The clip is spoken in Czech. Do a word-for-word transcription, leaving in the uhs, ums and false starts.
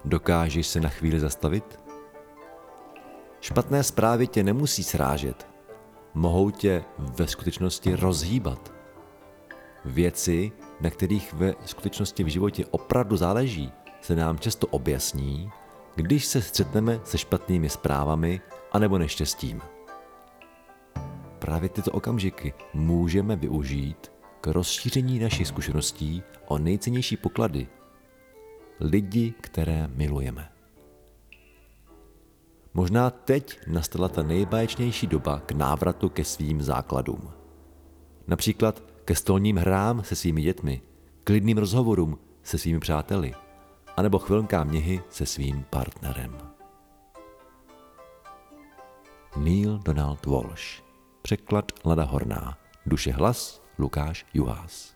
Dokážeš se na chvíli zastavit? Špatné zprávy tě nemusí srážet. Mohou tě ve skutečnosti rozhýbat. Věci, na kterých ve skutečnosti v životě opravdu záleží, se nám často objasní, když se střetneme se špatnými zprávami anebo neštěstím. Právě tyto okamžiky můžeme využít k rozšíření našich zkušeností o nejcennější poklady, lidi, které milujeme. Možná teď nastala ta nejbáječnější doba k návratu ke svým základům. Například ke stolním hrám se svými dětmi, klidným rozhovorům se svými přáteli, anebo chvilkám něhy se svým partnerem. Neil Donald Walsch. Překlad Lada Horná. Duše hlas Lukáš Juhás.